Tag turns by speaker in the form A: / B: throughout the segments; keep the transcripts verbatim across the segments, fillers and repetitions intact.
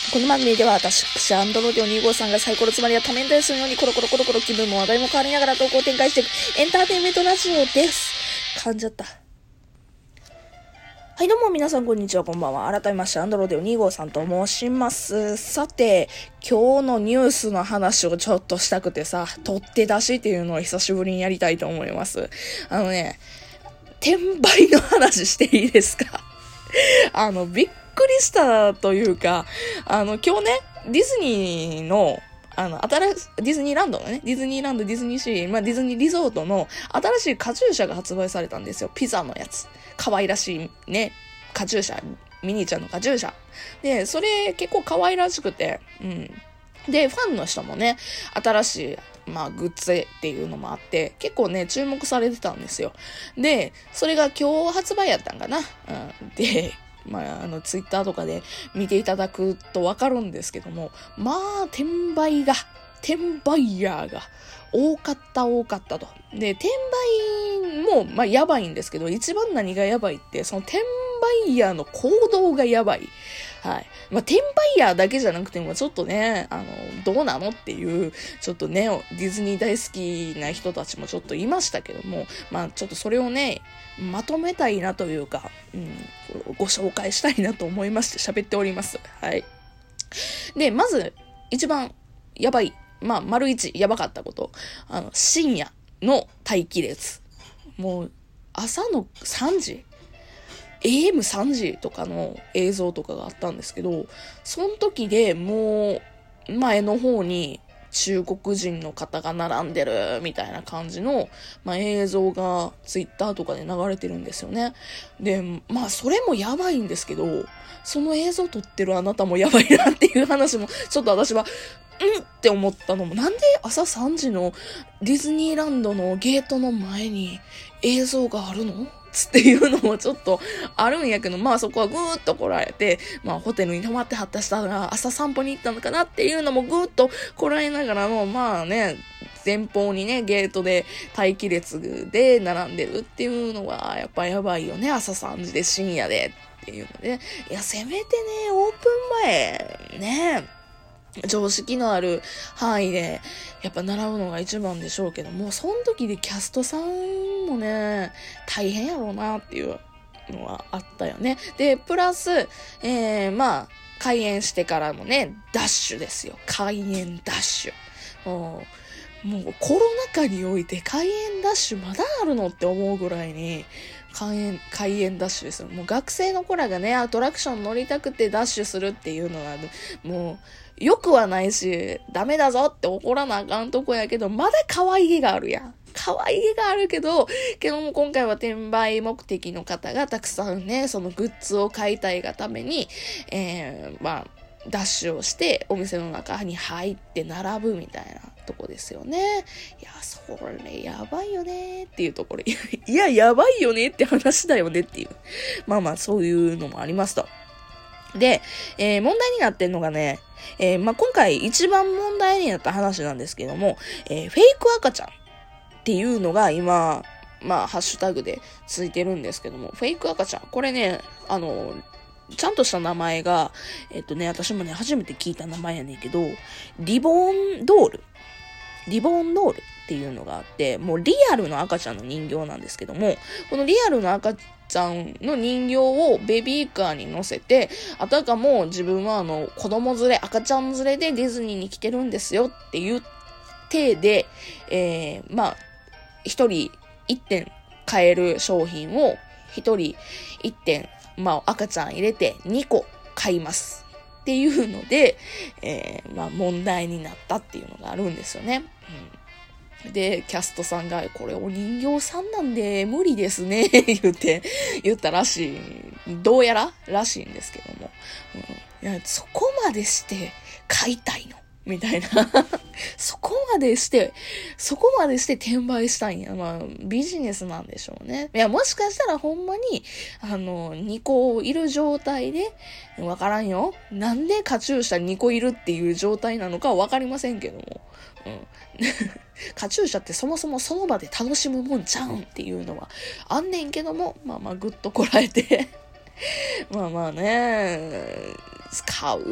A: この番組では私、アンドロデオにじゅうごさんがサイコロつまりは多面体するようにコロコロコロコロ気分も話題も変わりながら投稿を展開していくエンターテインメントラジオです。噛んじゃった。はいどうも皆さんこんにちは、こんばんは。改めましてアンドロデオにじゅうごさんと申します。さて、今日のニュースの話をちょっとしたくてさ、取って出しっていうのを久しぶりにやりたいと思います。あのね、転売の話していいですか？あの、びっくりしたというか、あの、今日ね、ディズニーの、あの、新しい、ディズニーランドのね、ディズニーランド、ディズニーシー、まあ、ディズニーリゾートの新しいカチューシャが発売されたんですよ。ピザのやつ。可愛らしいね、カチューシャ、ミニーちゃんのカチューシャ。で、それ結構可愛らしくて、うん。で、ファンの人もね、新しい、まあ、グッズっていうのもあって、結構ね、注目されてたんですよ。で、それが今日発売やったんかな。うん、で、まあ、あの、ツイッターとかで見ていただくとわかるんですけども、まあ、転売が、転売ヤーが多かった多かったと。で、転売も、まあ、やばいんですけど、一番何がやばいって、その転売ヤーの行動がやばい。はい。まあ、転売ヤーだけじゃなくても、ちょっとね、あの、どうなのっていう、ちょっとね、ディズニー大好きな人たちもちょっといましたけども、まあ、ちょっとそれをね、まとめたいなというか、うん、ご紹介したいなと思いまして喋っております。はい。で、まず、一番やばい、まあ、丸一、やばかったこと。あの、深夜の待機列。もう、朝のさんじエーエムさん 時とかの映像とかがあったんですけど、その時でもう前の方に中国人の方が並んでるみたいな感じの、まあ、映像がツイッターとかで流れてるんですよね。で、まあそれもやばいんですけど、その映像撮ってるあなたもやばいなっていう話もちょっと私はうんって思ったのも、なんで朝さんじのディズニーランドのゲートの前に映像があるのっていうのもちょっとあるんやけど、まあそこはぐーっとこらえて、まあホテルに泊まってはった人が朝散歩に行ったのかなっていうのもぐーっとこらえながらも、まあね、前方にね、ゲートで待機列で並んでるっていうのはやっぱやばいよね。朝さんじで深夜でっていうので、いや、せめてね、オープン前、ね、常識のある範囲でやっぱ習うのが一番でしょうけども、その時でキャストさんもね大変やろうなっていうのはあったよね。でプラス、えー、まあ開園してからもねダッシュですよ。開園ダッシュ、もうもうコロナ禍において開園ダッシュまだあるのって思うぐらいに開園、開園ダッシュですよ。もう学生の子らがね、アトラクション乗りたくてダッシュするっていうのは、もう、良くはないし、ダメだぞって怒らなあかんとこやけど、まだ可愛げがあるやん。可愛げがあるけど、けども今回は転売目的の方がたくさんね、そのグッズを買いたいがために、えー、まあ、ダッシュをしてお店の中に入って並ぶみたいなとこですよね。いや、それやばいよねっていうところ。いや、やばいよねって話だよねっていう。まあまあ、そういうのもありますと。で、えー、問題になってんのがね、えー、まあ今回一番問題になった話なんですけども、えー、フェイク赤ちゃんっていうのが今、まあハッシュタグでついてるんですけども、フェイク赤ちゃん。これね、あの、ちゃんとした名前が、えっとね、私もね、初めて聞いた名前やねんけど、リボンドール。リボンドールっていうのがあって、もうリアルの赤ちゃんの人形なんですけども、このリアルの赤ちゃんの人形をベビーカーに乗せて、あたかも自分はあの、子供連れ、赤ちゃん連れでディズニーに来てるんですよっていう体で、えー、まあ、一人一点買える商品を一人一点まあ赤ちゃん入れてにこ買いますっていうので、えー、まあ問題になったっていうのがあるんですよね。うん、で、キャストさんがこれお人形さんなんで無理ですね言って言ったらしい、どうやららしいんですけども、うん、いやそこまでして買いたいのみたいなそこまでしてそこまでして転売したいんや。まあビジネスなんでしょうね。いやもしかしたらほんまにあのにこいる状態でわからんよ。なんでカチューシャにこいるっていう状態なのかはわかりませんけども、うん、カチューシャってそもそもその場で楽しむもんちゃうんっていうのはあんねんけども、まあまあぐっとこらえてまあまあね、買うっ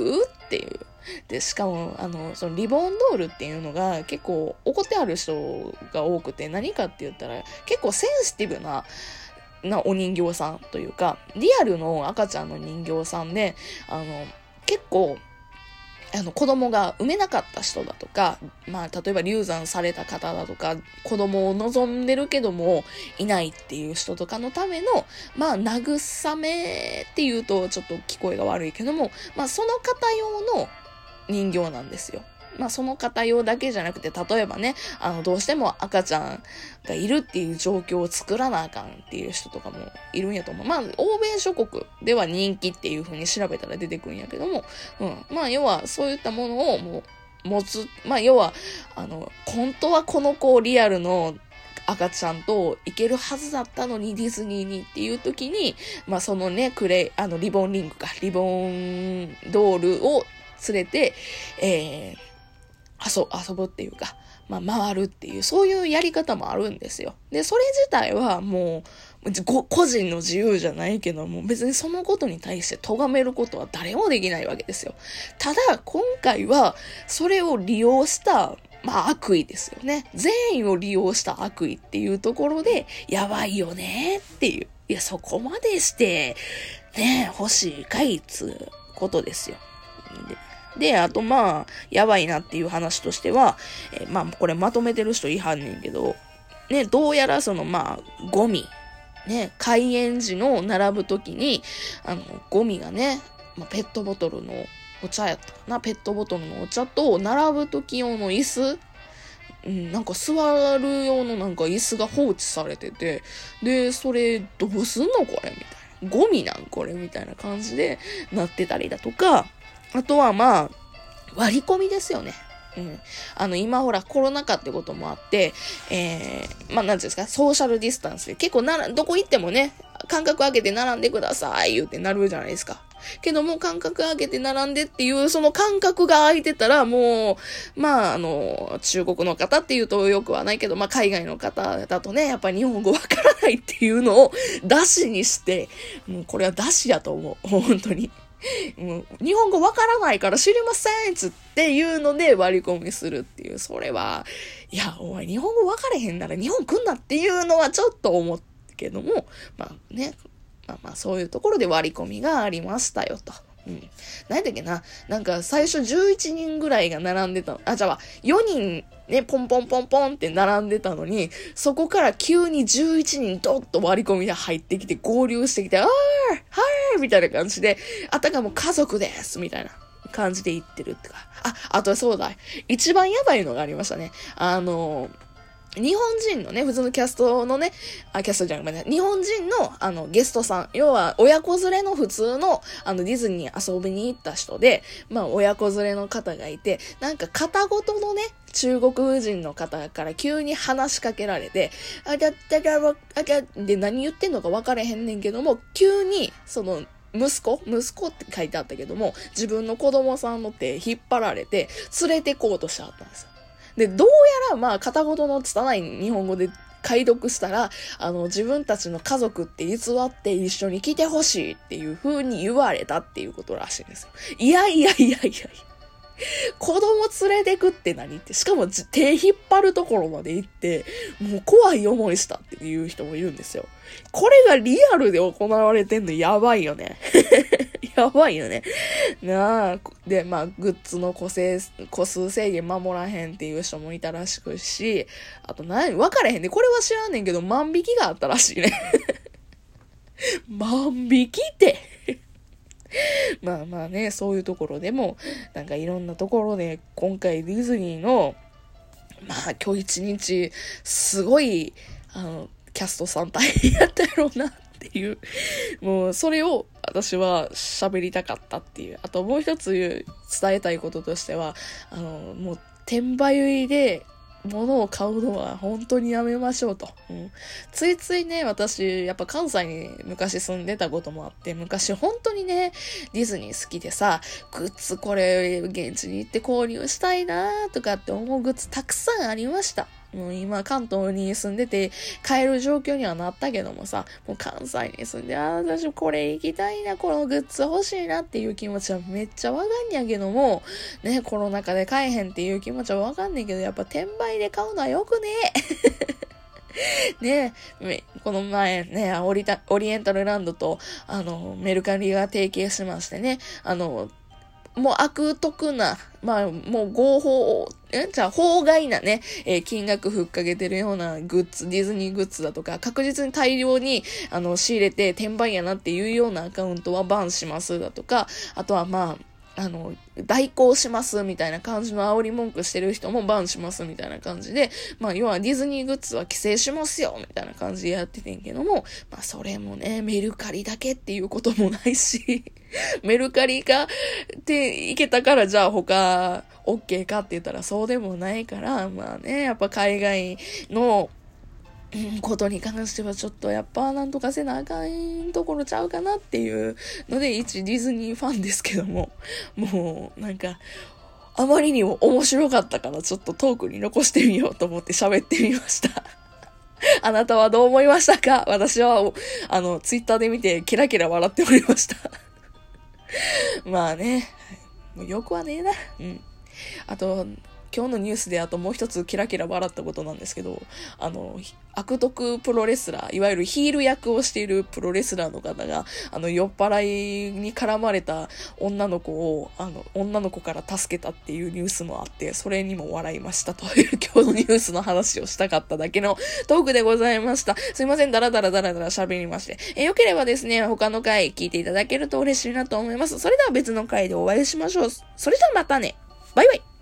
A: っていう。で、しかも、あの、そのリボンドールっていうのが結構怒ってある人が多くて、何かって言ったら結構センシティブな、なお人形さんというか、リアルの赤ちゃんの人形さんで、あの、結構、あの子供が産めなかった人だとか、まあ例えば流産された方だとか、子供を望んでるけどもいないっていう人とかのための、まあ慰めっていうとちょっと聞こえが悪いけども、まあその方用の人形なんですよ。まあその方用だけじゃなくて、例えばね、あのどうしても赤ちゃんがいるっていう状況を作らなあかんっていう人とかもいるんやと思う。まあ欧米諸国では人気っていう風に調べたら出てくるんやけども、うん。まあ要はそういったものをもう持つ。まあ要は、あの、本当はこの子リアルの赤ちゃんと行けるはずだったのにディズニーにっていう時に、まあそのね、クレイ、あのリボンリングか、リボンドールを連れて、えー、遊、遊ぶっていうか、まあ、回るっていう、そういうやり方もあるんですよ。で、それ自体はもう、ご個人の自由じゃないけども、別にそのことに対して咎めることは誰もできないわけですよ。ただ、今回は、それを利用した、まあ、悪意ですよね。善意を利用した悪意っていうところで、やばいよねっていう。いや、そこまでして、ね、欲しいかいつうことですよ。でで、あとまあ、やばいなっていう話としては、えー、まあ、これまとめてる人いはんねんけど、ね、どうやらそのまあ、ゴミ、ね、開園時の並ぶときに、あの、ゴミがね、まあ、ペットボトルのお茶やったかな、ペットボトルのお茶と、並ぶとき用の椅子、うん、なんか座る用のなんか椅子が放置されてて、で、それどうすんのこれみたいな。ゴミなんこれみたいな感じでなってたりだとか、あとはまあ、割り込みですよね。うん。あの、今ほらコロナ禍ってこともあって、えー、まあ、なんていうんですか、ソーシャルディスタンスで結構なら、どこ行ってもね、間隔空けて並んでください言うてなるじゃないですか。けども間隔空けて並んでっていう、その間隔が空いてたらもう、まあ、あの、中国の方っていうとよくはないけど、まあ、海外の方だとね、やっぱり日本語わからないっていうのを出しにして、もうこれは出しやと思う。本当に。もう日本語わからないから知りませんつっていうので割り込みするっていう、それは、いや、お前日本語わかれへんなら日本来んなっていうのはちょっと思ったけども、まあね、まあまあそういうところで割り込みがありましたよと。うん。何だっけな、なんか最初じゅういちにんぐらいが並んでたの。あ、じゃあよにんね、ポンポンポンポンって並んでたのに、そこから急にじゅういちにんドッと割り込みで入ってきて合流してきて、あーはいみたいな感じで、あたかも家族ですみたいな感じで言ってるってか。あ、あとそうだ。一番やばいのがありましたね。あの、日本人のね、普通のキャストのね、あ、キャストじゃなくて、日本人の、あの、ゲストさん、要は、親子連れの普通の、あの、ディズニー遊びに行った人で、まあ、親子連れの方がいて、なんか、片言のね、中国人の方から急に話しかけられて、あ、だったら、あ、だで、何言ってんのか分かれへんねんけども、急に、その、息子息子って書いてあったけども、自分の子供さんの手引っ張られて、連れてこうとしてあったんですよ。で、どうやら、まあ、片言の拙い日本語で解読したら、あの、自分たちの家族って偽って一緒に来てほしいっていう風に言われたっていうことらしいんですよ。いやいやいやいやいや。子供連れてくって何って、しかも手引っ張るところまで行って、もう怖い思いしたっていう人もいるんですよ。これがリアルで行われてんのやばいよね。やばいよね。なあ。で、まあ、グッズの個性、個数制限守らへんっていう人もいたらしくし、あと何分かれへんね。これは知らんねんけど、万引きがあったらしいね。万引きってまあまあね、そういうところでも、なんかいろんなところで、今回ディズニーの、まあ今日一日、すごい、あの、キャストさん大変やったやろうなっていう、もうそれを私は喋りたかったっていう。あともう一つ伝えたいこととしては、あの、もう転売で、物を買うのは本当にやめましょうと、うん。ついついね、私、やっぱ関西に昔住んでたこともあって、昔本当にね、ディズニー好きでさ、グッズこれ現地に行って購入したいなとかって思うグッズたくさんありました。 もう今関東に住んでて買える状況にはなったけどもさ、もう関西に住んで、あ、私これ行きたいな、このグッズ欲しいなっていう気持ちはめっちゃわかんやけども、ね、コロナ禍で買えへんっていう気持ちはわかんねんけど、やっぱ転売で買うのはよくねねこの前ね、オリタ、オリエンタルランドと、あの、メルカリが提携しましてね、あの、もう悪徳な、まあ、もう合法、えじゃあ、法外なね、えー、金額ふっかけてるようなグッズ、ディズニーグッズだとか、確実に大量に、あの、仕入れて転売やなっていうようなアカウントはバンしますだとか、あとはまあ、あの、代行しますみたいな感じの煽り文句してる人もバンしますみたいな感じで、まあ要はディズニーグッズは規制しますよみたいな感じでやっててんけども、まあそれもね、メルカリだけっていうこともないし、メルカリがっていけたからじゃあ他 OK かって言ったらそうでもないから、まあね、やっぱ海外のことに関してはちょっとやっぱなんとかせなあかんところちゃうかなっていうので、一ディズニーファンですけども、もうなんかあまりにも面白かったからちょっとトークに残してみようと思って喋ってみましたあなたはどう思いましたか？私はあのツイッターで見てキラキラ笑っておりましたまあね、もうよくはねえな。うんあと今日のニュースであともう一つキラキラ笑ったことなんですけど、あの、悪徳プロレスラー、いわゆるヒール役をしているプロレスラーの方が、あの、酔っ払いに絡まれた女の子を、あの、女の子から助けたっていうニュースもあって、それにも笑いましたという今日のニュースの話をしたかっただけのトークでございました。すいません、だらだらだらだら喋りまして。え、よければですね、他の回聞いていただけると嬉しいなと思います。それでは別の回でお会いしましょう。それではまたね。バイバイ。